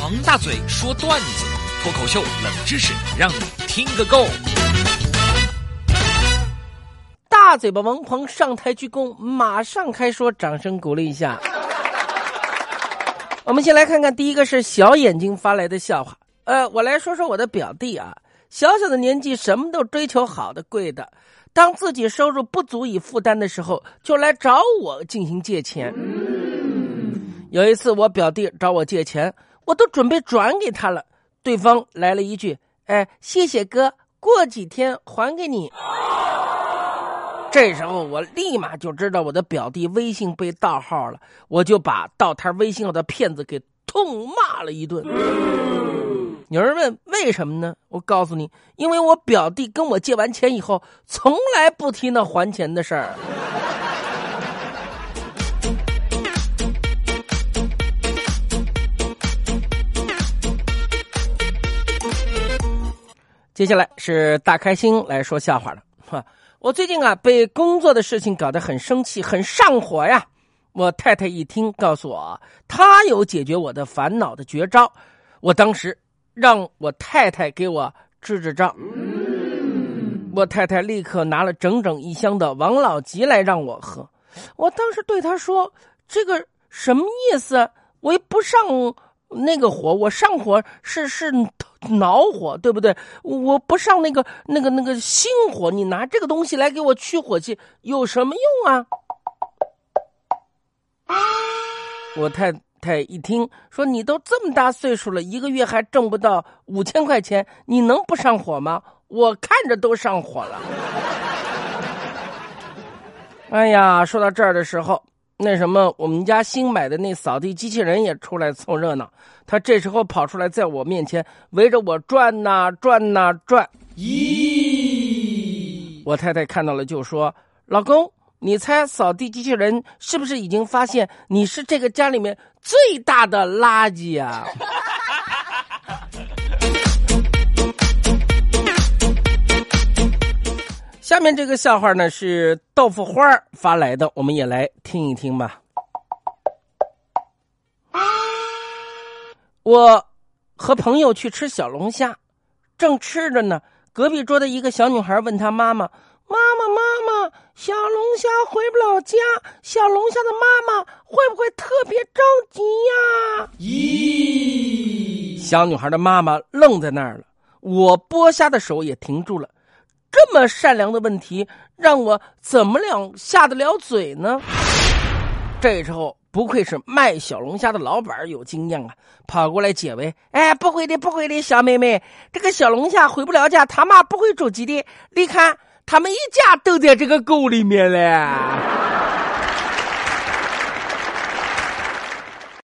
王大嘴说段子，脱口秀冷知识，让你听个够。 大嘴巴王鹏上台鞠躬，马上开说，掌声鼓励一下。我们先来看看第一个是小眼睛发来的笑话。我来说说我的表弟啊，小小的年纪什么都追求好的贵的，当自己收入不足以负担的时候，就来找我进行借钱。有一次我表弟找我借钱，我都准备转给他了，对方来了一句：谢谢哥，过几天还给你。这时候我立马就知道我的表弟微信被盗号了，我就把盗他微信号的骗子给痛骂了一顿。有人问为什么呢？我告诉你，因为我表弟跟我借完钱以后从来不提那还钱的事儿。接下来是大开心来说笑话了。我最近被工作的事情搞得很生气，很上火呀。我太太一听告诉我，她有解决我的烦恼的绝招。我当时让我太太给我支招。我太太立刻拿了整整一箱的王老吉来让我喝。我当时对她说，这个什么意思？我也不上那个火，我上火是恼火，对不对？我不上那个心火，你拿这个东西来给我驱火气有什么用啊？我太太一听说，你都这么大岁数了，一个月还挣不到5000块钱，你能不上火吗？我看着都上火了。哎呀，说到这儿的时候，那什么，我们家新买的那扫地机器人也出来凑热闹，他这时候跑出来在我面前围着我转呐转呐转。咦！我太太看到了就说，老公，你猜扫地机器人是不是已经发现你是这个家里面最大的垃圾啊？下面这个笑话呢是豆腐花发来的，我们也来听一听吧。我和朋友去吃小龙虾，正吃着呢，隔壁桌的一个小女孩问她妈妈，妈妈，小龙虾回不了家，小龙虾的妈妈会不会特别着急呀？咦！小女孩的妈妈愣在那儿了，我剥虾的手也停住了。这么善良的问题，让我怎么下得了嘴呢？这时候不愧是卖小龙虾的老板有经验啊，跑过来解围。不会的，小妹妹，这个小龙虾回不了家，他妈不会着急的。你看，他们一家都在这个沟里面了。